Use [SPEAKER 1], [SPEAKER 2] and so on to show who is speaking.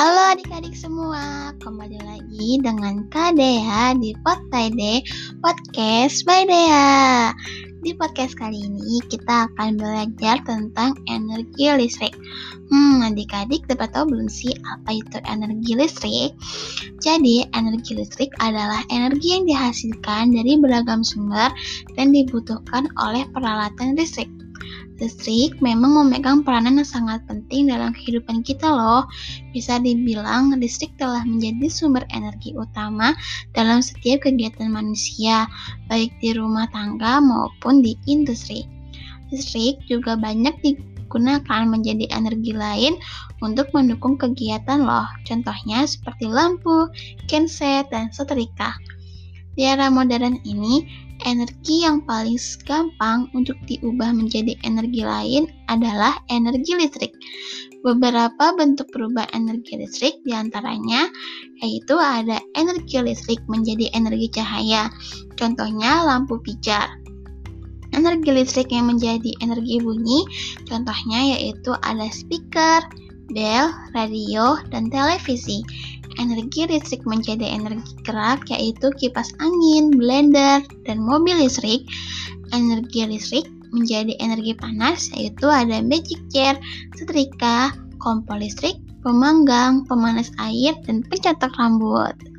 [SPEAKER 1] Halo adik-adik semua, kembali lagi dengan Kak Dea di Podcast by Dea. Di podcast kali ini kita akan belajar tentang energi listrik. Adik-adik dapat tahu belum sih apa itu energi listrik? Jadi, energi listrik adalah energi yang dihasilkan dari beragam sumber dan dibutuhkan oleh peralatan listrik. Listrik memang memegang peranan yang sangat penting dalam kehidupan kita loh. Bisa dibilang listrik telah menjadi sumber energi utama dalam setiap kegiatan manusia, baik di rumah tangga maupun di industri. Listrik juga banyak digunakan menjadi energi lain untuk mendukung kegiatan loh. Contohnya seperti lampu, genset, dan setrika. Di era modern ini, energi yang paling gampang untuk diubah menjadi energi lain adalah energi listrik. Beberapa bentuk perubahan energi listrik diantaranya yaitu ada energi listrik menjadi energi cahaya, contohnya lampu pijar. Energi listrik yang menjadi energi bunyi, contohnya yaitu ada speaker, bel, radio, dan televisi. Energi listrik menjadi energi gerak yaitu kipas angin, blender, dan mobil listrik. Energi listrik menjadi energi panas yaitu ada magic jar, setrika, kompor listrik, pemanggang, pemanas air, dan pencetak rambut.